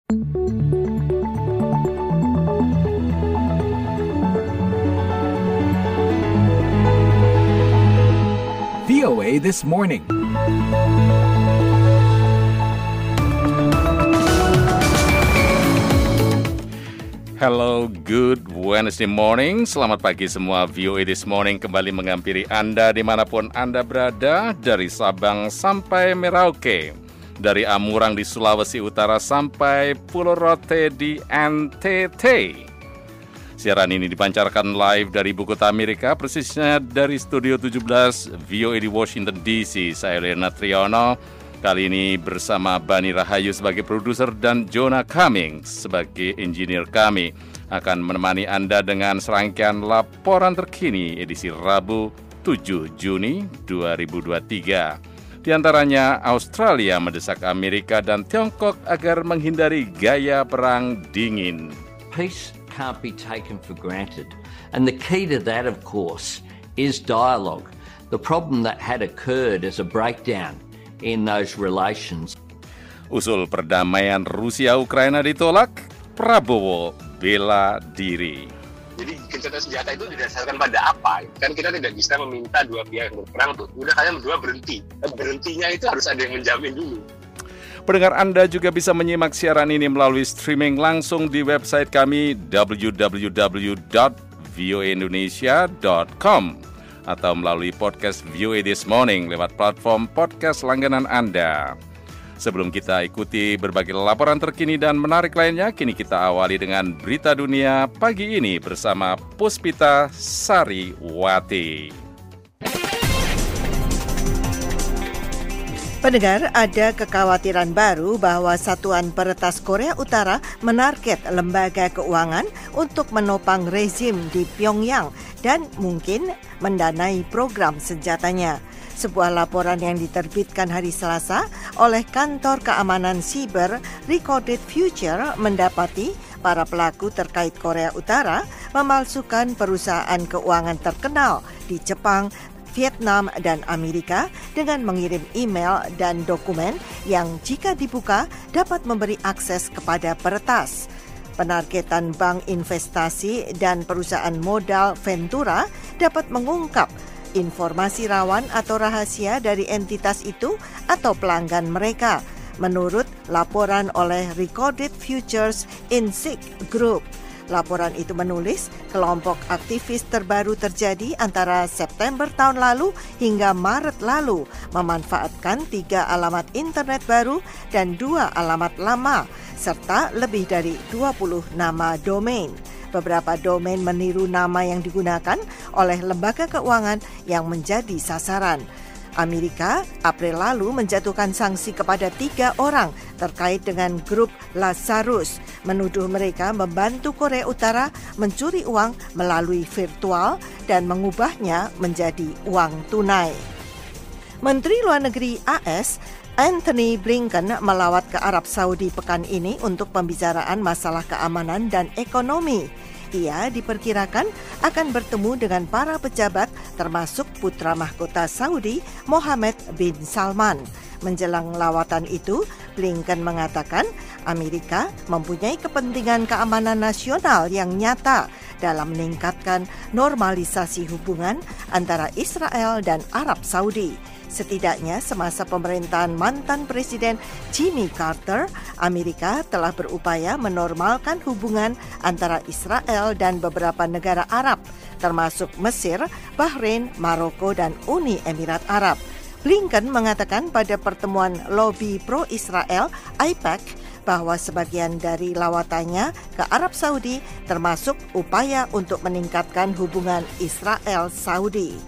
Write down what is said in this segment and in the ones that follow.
VOA This Morning. Hello, good Wednesday morning. Selamat pagi semua. VOA This Morning kembali menghampiri Anda dimanapun Anda berada, dari Sabang sampai Merauke, dari Amurang di Sulawesi Utara sampai Pulau Rote di NTT. Siaran ini dipancarkan live dari ibu kota Amerika, persisnya dari Studio 17 VOA di Washington DC. Saya Lena Triyono. Kali ini bersama Bani Rahayu sebagai produser dan Jonah Cummings sebagai engineer kami akan menemani Anda dengan serangkaian laporan terkini edisi Rabu 7 Juni 2023. Di antaranya Australia mendesak Amerika dan Tiongkok agar menghindari gaya perang dingin. Peace can't be taken for granted. And the key to that, of course, is dialogue. The problem that had occurred is a breakdown in those relations. Usul perdamaian Rusia-Ukraina ditolak, Prabowo bela diri. Jadi gencatan senjata itu didasarkan pada apa? Kan kita tidak bisa meminta dua pihak yang berperang untuk udah kalian berdua berhenti. Berhentinya itu harus ada yang menjamin dulu. Pendengar Anda juga bisa menyimak siaran ini melalui streaming langsung di website kami www.voaindonesia.com atau melalui podcast VOA This Morning lewat platform podcast langganan Anda. Sebelum kita ikuti berbagai laporan terkini dan menarik lainnya, kini kita awali dengan berita dunia pagi ini bersama Puspita Sariwati. Pendengar, ada kekhawatiran baru bahwa Satuan Peretas Korea Utara menarget lembaga keuangan untuk menopang rezim di Pyongyang dan mungkin mendanai program senjatanya. Sebuah laporan yang diterbitkan hari Selasa oleh Kantor Keamanan Siber Recorded Future mendapati para pelaku terkait Korea Utara memalsukan perusahaan keuangan terkenal di Jepang, Vietnam, dan Amerika dengan mengirim email dan dokumen yang jika dibuka dapat memberi akses kepada peretas. Penargetan bank investasi dan perusahaan modal Ventura dapat mengungkap informasi rawan atau rahasia dari entitas itu atau pelanggan mereka, menurut laporan oleh Recorded Futures Insight Group. Laporan itu menulis kelompok aktivis terbaru terjadi antara September tahun lalu hingga Maret lalu, memanfaatkan 3 alamat internet baru dan 2 alamat lama, serta lebih dari 20 nama domain. Beberapa domain meniru nama yang digunakan oleh lembaga keuangan yang menjadi sasaran. Amerika April lalu menjatuhkan sanksi kepada 3 orang terkait dengan grup Lazarus, menuduh mereka membantu Korea Utara mencuri uang melalui virtual dan mengubahnya menjadi uang tunai. Menteri Luar Negeri AS Antony Blinken melawat ke Arab Saudi pekan ini untuk pembicaraan masalah keamanan dan ekonomi. Ia diperkirakan akan bertemu dengan para pejabat termasuk putra mahkota Saudi Mohammed bin Salman. Menjelang lawatan itu, Blinken mengatakan Amerika mempunyai kepentingan keamanan nasional yang nyata dalam meningkatkan normalisasi hubungan antara Israel dan Arab Saudi. Setidaknya semasa pemerintahan mantan Presiden Jimmy Carter, Amerika telah berupaya menormalkan hubungan antara Israel dan beberapa negara Arab, termasuk Mesir, Bahrain, Maroko, dan Uni Emirat Arab. Blinken mengatakan pada pertemuan lobi pro-Israel AIPAC bahwa sebagian dari lawatannya ke Arab Saudi termasuk upaya untuk meningkatkan hubungan Israel-Saudi.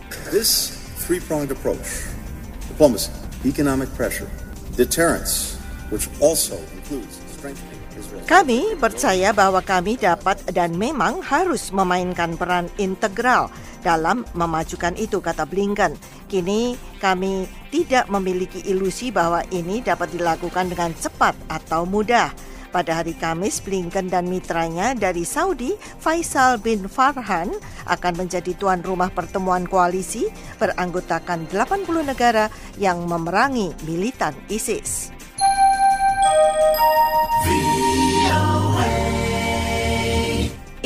This three-pronged approach, diplomacy, economic pressure, deterrence, which also includes strengthening Israel. Kami percaya bahwa kami dapat dan memang harus memainkan peran integral dalam memajukan itu, kata Blinken. Kini kami tidak memiliki ilusi bahwa ini dapat dilakukan dengan cepat atau mudah. Pada hari Kamis, Blinken dan mitranya dari Saudi, Faisal bin Farhan, akan menjadi tuan rumah pertemuan koalisi beranggotakan 80 negara yang memerangi militan ISIS.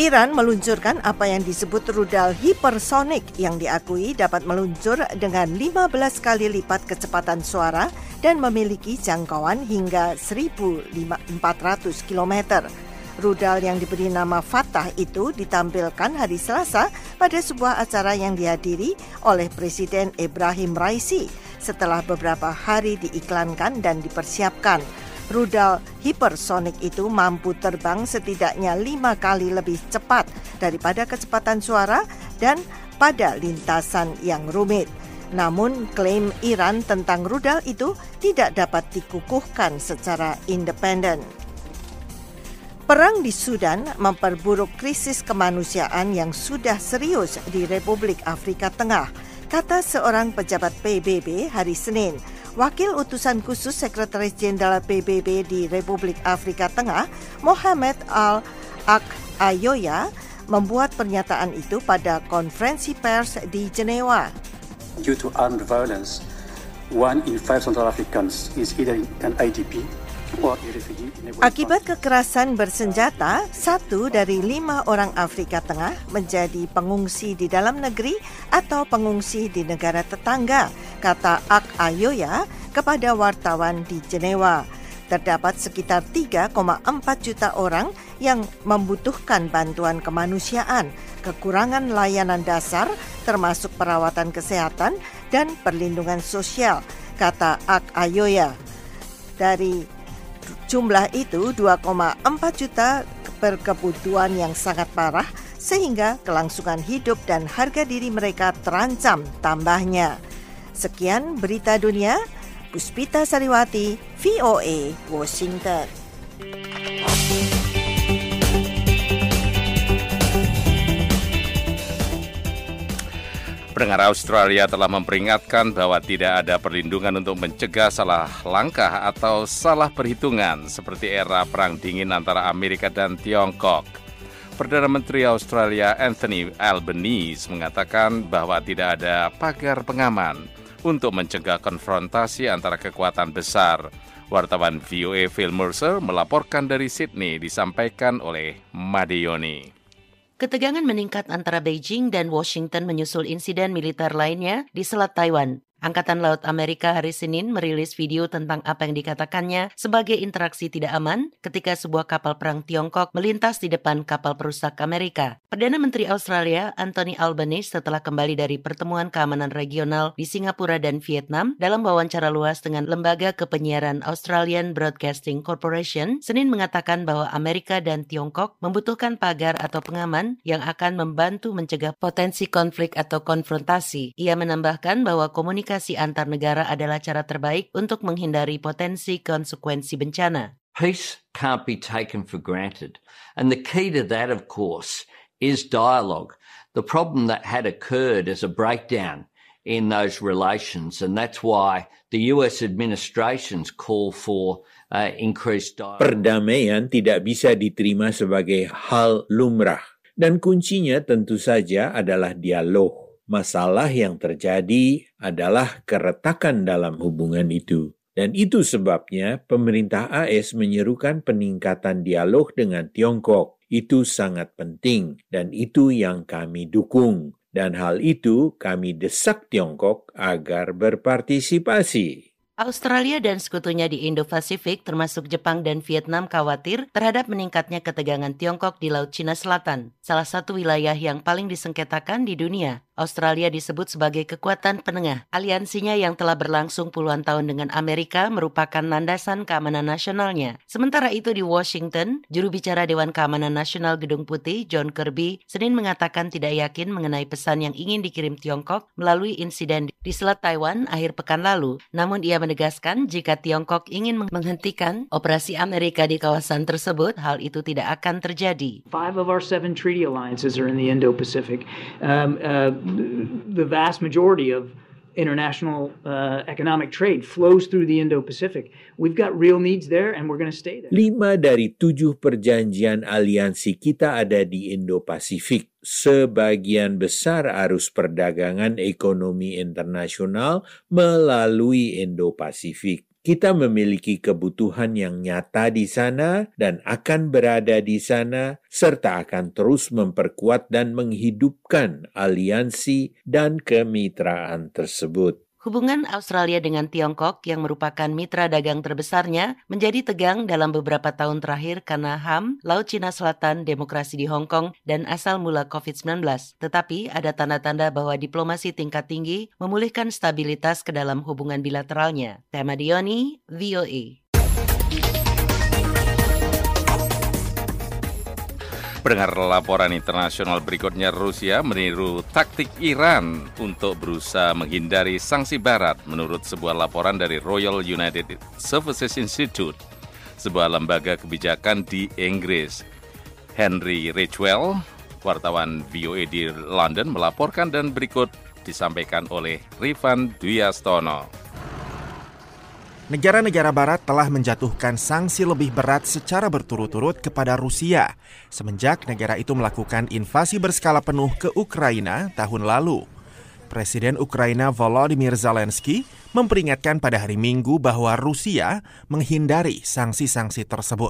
Iran meluncurkan apa yang disebut rudal hipersonik yang diakui dapat meluncur dengan 15 kali lipat kecepatan suara dan memiliki jangkauan hingga 1.400 km. Rudal yang diberi nama Fatah itu ditampilkan hari Selasa pada sebuah acara yang dihadiri oleh Presiden Ibrahim Raisi setelah beberapa hari diiklankan dan dipersiapkan. Rudal hipersonik itu mampu terbang setidaknya 5 kali lebih cepat daripada kecepatan suara dan pada lintasan yang rumit. Namun, klaim Iran tentang rudal itu tidak dapat dikukuhkan secara independen. Perang di Sudan memperburuk krisis kemanusiaan yang sudah serius di Republik Afrika Tengah, kata seorang pejabat PBB hari Senin. Wakil Utusan Khusus Sekretaris Jenderal PBB di Republik Afrika Tengah, Mohamed Al-Ak-Ayoya, membuat pernyataan itu pada konferensi pers di Jenewa. Due to armed violence, 1 in 5 Central Africans is either an IDP or a refugee. Akibat kekerasan bersenjata, 1 dari 5 orang Afrika Tengah menjadi pengungsi di dalam negeri atau pengungsi di negara tetangga, kata Ak-Ayoya kepada wartawan di Jenewa. Terdapat sekitar 3,4 juta orang yang membutuhkan bantuan kemanusiaan, kekurangan layanan dasar termasuk perawatan kesehatan dan perlindungan sosial, kata Ak-Ayoya. Dari jumlah itu 2,4 juta berkebutuhan yang sangat parah sehingga kelangsungan hidup dan harga diri mereka terancam tambahnya. Sekian berita dunia, Puspita Sariwati, VOA, Washington. Pendengar, Australia telah memperingatkan bahwa tidak ada perlindungan untuk mencegah salah langkah atau salah perhitungan seperti era Perang Dingin antara Amerika dan Tiongkok. Perdana Menteri Australia Anthony Albanese mengatakan bahwa tidak ada pagar pengaman untuk mencegah konfrontasi antara kekuatan besar. Wartawan VOA Phil Mercer melaporkan dari Sydney, disampaikan oleh Madeyoni. Ketegangan meningkat antara Beijing dan Washington menyusul insiden militer lainnya di Selat Taiwan. Angkatan Laut Amerika hari Senin merilis video tentang apa yang dikatakannya sebagai interaksi tidak aman ketika sebuah kapal perang Tiongkok melintas di depan kapal perusak Amerika. Perdana Menteri Australia Anthony Albanese setelah kembali dari pertemuan keamanan regional di Singapura dan Vietnam dalam wawancara luas dengan lembaga kepenyiaran Australian Broadcasting Corporation, Senin mengatakan bahwa Amerika dan Tiongkok membutuhkan pagar atau pengaman yang akan membantu mencegah potensi konflik atau konfrontasi. Ia menambahkan bahwa komunikasi antar negara adalah cara terbaik untuk menghindari potensi konsekuensi bencana. Peace can't be taken for granted. And the key to that, of course, is dialogue. The problem that had occurred is a breakdown in those relations, and that's why the US administration's call for increased dialogue. Perdamaian tidak bisa diterima sebagai hal lumrah, dan kuncinya tentu saja adalah dialog. Masalah yang terjadi adalah keretakan dalam hubungan itu. Dan itu sebabnya pemerintah AS menyerukan peningkatan dialog dengan Tiongkok. Itu sangat penting dan itu yang kami dukung. Dan hal itu kami desak Tiongkok agar berpartisipasi. Australia dan sekutunya di Indo-Pasifik termasuk Jepang dan Vietnam khawatir terhadap meningkatnya ketegangan Tiongkok di Laut Cina Selatan, salah satu wilayah yang paling disengketakan di dunia. Australia disebut sebagai kekuatan penengah. Aliansinya yang telah berlangsung puluhan tahun dengan Amerika merupakan landasan keamanan nasionalnya. Sementara itu di Washington, juru bicara Dewan Keamanan Nasional Gedung Putih, John Kirby, Senin mengatakan tidak yakin mengenai pesan yang ingin dikirim Tiongkok melalui insiden di Selat Taiwan akhir pekan lalu. Namun ia menegaskan jika Tiongkok ingin menghentikan operasi Amerika di kawasan tersebut, hal itu tidak akan terjadi. 5 of our 7 treaty alliances are in the Indo-Pacific. The vast majority of international economic trade flows through the Indo-Pacific. We've got real needs there and we're going to stay there. 5 dari 7 perjanjian aliansi kita ada di Indo-Pasifik. Sebagian besar arus perdagangan ekonomi internasional melalui Indo-Pasifik. Kita memiliki kebutuhan yang nyata di sana dan akan berada di sana, serta akan terus memperkuat dan menghidupkan aliansi dan kemitraan tersebut. Hubungan Australia dengan Tiongkok yang merupakan mitra dagang terbesarnya menjadi tegang dalam beberapa tahun terakhir karena HAM, Laut Cina Selatan, demokrasi di Hong Kong, dan asal mula COVID-19. Tetapi ada tanda-tanda bahwa diplomasi tingkat tinggi memulihkan stabilitas ke dalam hubungan bilateralnya. Tema Dioni, VOA. Pendengar laporan internasional berikutnya, Rusia meniru taktik Iran untuk berusaha menghindari sanksi Barat menurut sebuah laporan dari Royal United Services Institute, sebuah lembaga kebijakan di Inggris. Henry Ridgwell, wartawan VOA di London, melaporkan dan berikut disampaikan oleh Rifan Duyastono. Negara-negara Barat telah menjatuhkan sanksi lebih berat secara berturut-turut kepada Rusia semenjak negara itu melakukan invasi berskala penuh ke Ukraina tahun lalu. Presiden Ukraina Volodymyr Zelensky memperingatkan pada hari Minggu bahwa Rusia menghindari sanksi-sanksi tersebut.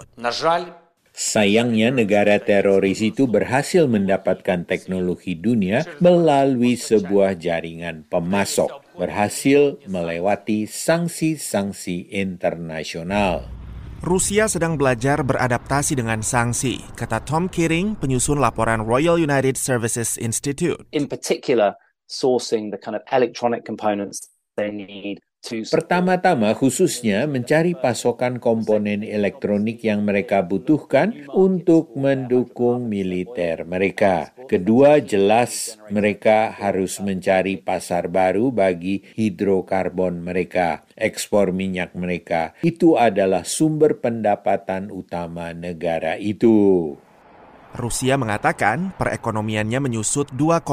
Sayangnya negara teroris itu berhasil mendapatkan teknologi dunia melalui sebuah jaringan pemasok, berhasil melewati sanksi-sanksi internasional. Rusia sedang belajar beradaptasi dengan sanksi, kata Tom Keating, penyusun laporan Royal United Services Institute. In particular, sourcing the kind of electronic components they need. Pertama-tama khususnya mencari pasokan komponen elektronik yang mereka butuhkan untuk mendukung militer mereka. Kedua, jelas mereka harus mencari pasar baru bagi hidrokarbon mereka. Ekspor minyak mereka itu adalah sumber pendapatan utama negara itu. Rusia mengatakan perekonomiannya menyusut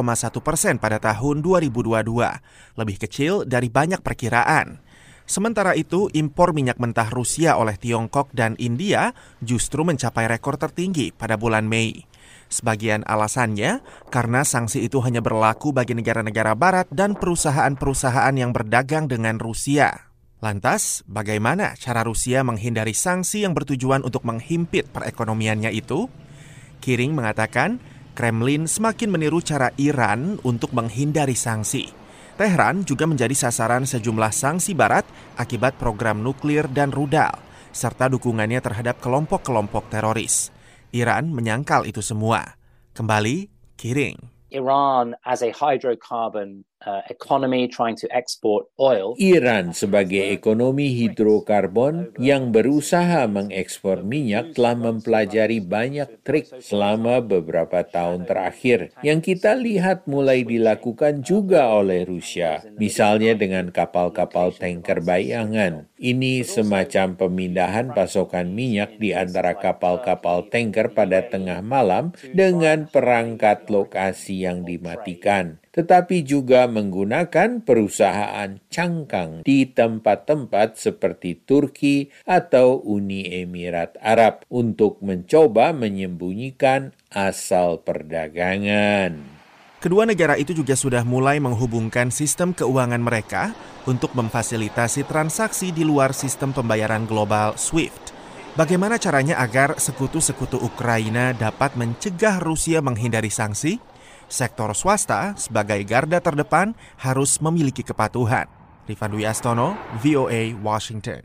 2,1% pada tahun 2022, lebih kecil dari banyak perkiraan. Sementara itu, impor minyak mentah Rusia oleh Tiongkok dan India justru mencapai rekor tertinggi pada bulan Mei. Sebagian alasannya karena sanksi itu hanya berlaku bagi negara-negara barat dan perusahaan-perusahaan yang berdagang dengan Rusia. Lantas, bagaimana cara Rusia menghindari sanksi yang bertujuan untuk menghimpit perekonomiannya itu? Keating mengatakan Kremlin semakin meniru cara Iran untuk menghindari sanksi. Tehran juga menjadi sasaran sejumlah sanksi barat akibat program nuklir dan rudal, serta dukungannya terhadap kelompok-kelompok teroris. Iran menyangkal itu semua. Kembali, Keating. Iran as a hydrocarbon economy trying to export oil. Iran sebagai ekonomi hidrokarbon yang berusaha mengekspor minyak telah mempelajari banyak trik selama beberapa tahun terakhir yang kita lihat mulai dilakukan juga oleh Rusia, misalnya dengan kapal-kapal tanker bayangan. Ini semacam pemindahan pasokan minyak di antara kapal-kapal tanker pada tengah malam dengan perangkat lokasi yang dimatikan, tetapi juga menggunakan perusahaan cangkang di tempat-tempat seperti Turki atau Uni Emirat Arab untuk mencoba menyembunyikan asal perdagangan. Kedua negara itu juga sudah mulai menghubungkan sistem keuangan mereka untuk memfasilitasi transaksi di luar sistem pembayaran global SWIFT. Bagaimana caranya agar sekutu-sekutu Ukraina dapat mencegah Rusia menghindari sanksi? Sektor swasta sebagai garda terdepan harus memiliki kepatuhan. Rifan Duyastono, VOA, Washington.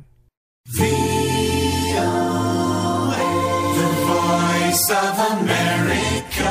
VOA, the voice of America.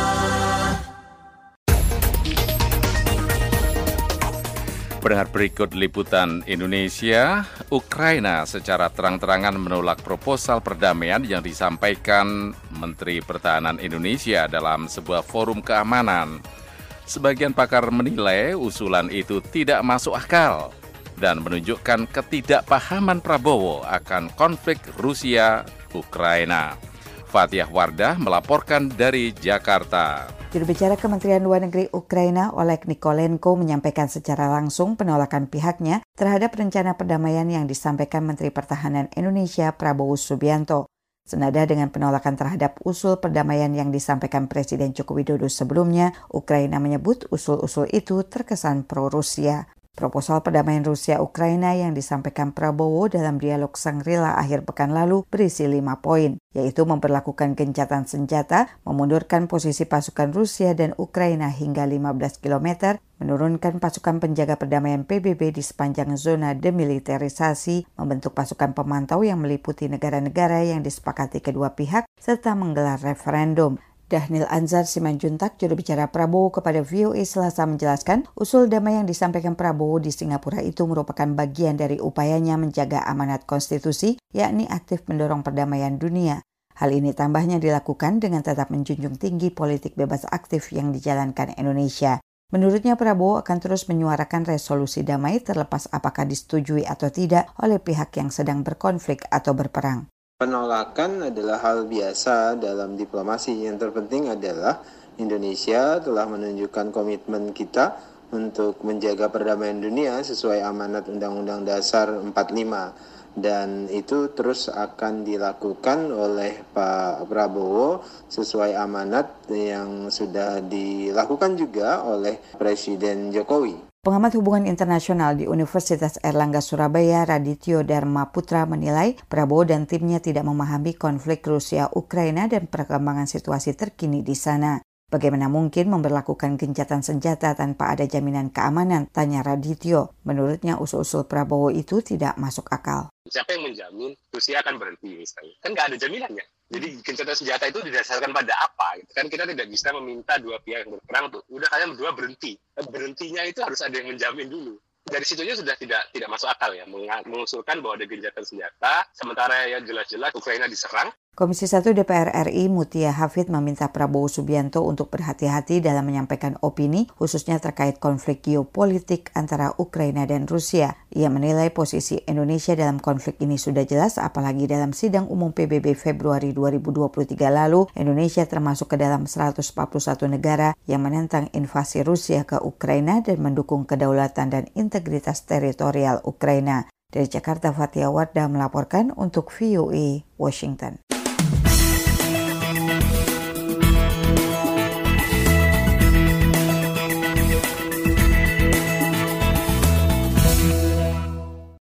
Pendengar, berikut liputan Indonesia. Ukraina secara terang-terangan menolak proposal perdamaian yang disampaikan Menteri Pertahanan Indonesia dalam sebuah forum keamanan. Sebagian pakar menilai usulan itu tidak masuk akal dan menunjukkan ketidakpahaman Prabowo akan konflik Rusia-Ukraina. Fathiah Wardah melaporkan dari Jakarta. Juru bicara Kementerian Luar Negeri Ukraina, Oleg Nikolenko, menyampaikan secara langsung penolakan pihaknya terhadap rencana perdamaian yang disampaikan Menteri Pertahanan Indonesia Prabowo Subianto. Senada dengan penolakan terhadap usul perdamaian yang disampaikan Presiden Joko Widodo sebelumnya, Ukraina menyebut usul-usul itu terkesan pro-Rusia. Proposal perdamaian Rusia-Ukraina yang disampaikan Prabowo dalam dialog Shangri-La akhir pekan lalu berisi 5 poin, yaitu memperlakukan gencatan senjata, memundurkan posisi pasukan Rusia dan Ukraina hingga 15 km, menurunkan pasukan penjaga perdamaian PBB di sepanjang zona demilitarisasi, membentuk pasukan pemantau yang meliputi negara-negara yang disepakati kedua pihak, serta menggelar referendum. Dhanil Anzar Simanjuntak, juru bicara Prabowo kepada VOA Selasa menjelaskan, usul damai yang disampaikan Prabowo di Singapura itu merupakan bagian dari upayanya menjaga amanat konstitusi, yakni aktif mendorong perdamaian dunia. Hal ini tambahnya dilakukan dengan tetap menjunjung tinggi politik bebas aktif yang dijalankan Indonesia. Menurutnya Prabowo akan terus menyuarakan resolusi damai terlepas apakah disetujui atau tidak oleh pihak yang sedang berkonflik atau berperang. Penolakan adalah hal biasa dalam diplomasi. Yang terpenting adalah Indonesia telah menunjukkan komitmen kita untuk menjaga perdamaian dunia sesuai amanat Undang-Undang Dasar 45. Dan itu terus akan dilakukan oleh Pak Prabowo sesuai amanat yang sudah dilakukan juga oleh Presiden Jokowi. Pengamat hubungan internasional di Universitas Airlangga Surabaya, Radityo Dharma Putra menilai Prabowo dan timnya tidak memahami konflik Rusia-Ukraina dan perkembangan situasi terkini di sana. Bagaimana mungkin memberlakukan gencatan senjata tanpa ada jaminan keamanan? Tanya Radityo. Menurutnya usul-usul Prabowo itu tidak masuk akal. Siapa yang menjamin Rusia akan berhenti misalnya? Kan nggak ada jaminannya. Jadi gencatan senjata itu didasarkan pada apa? Gitu. Kan kita tidak bisa meminta dua pihak yang berperang tuh, udah kalian berdua berhenti. Berhentinya itu harus ada yang menjamin dulu. Dari situnya sudah tidak masuk akal ya, mengusulkan bahwa ada gencatan senjata, sementara ya jelas-jelas Ukraina diserang. Komisi 1 DPR RI Mutia Hafid meminta Prabowo Subianto untuk berhati-hati dalam menyampaikan opini, khususnya terkait konflik geopolitik antara Ukraina dan Rusia. Ia menilai posisi Indonesia dalam konflik ini sudah jelas, apalagi dalam sidang umum PBB Februari 2023 lalu, Indonesia termasuk ke dalam 141 negara yang menentang invasi Rusia ke Ukraina dan mendukung kedaulatan dan integritas teritorial Ukraina. Dari Jakarta, Fatia Wardah melaporkan untuk VOA Washington.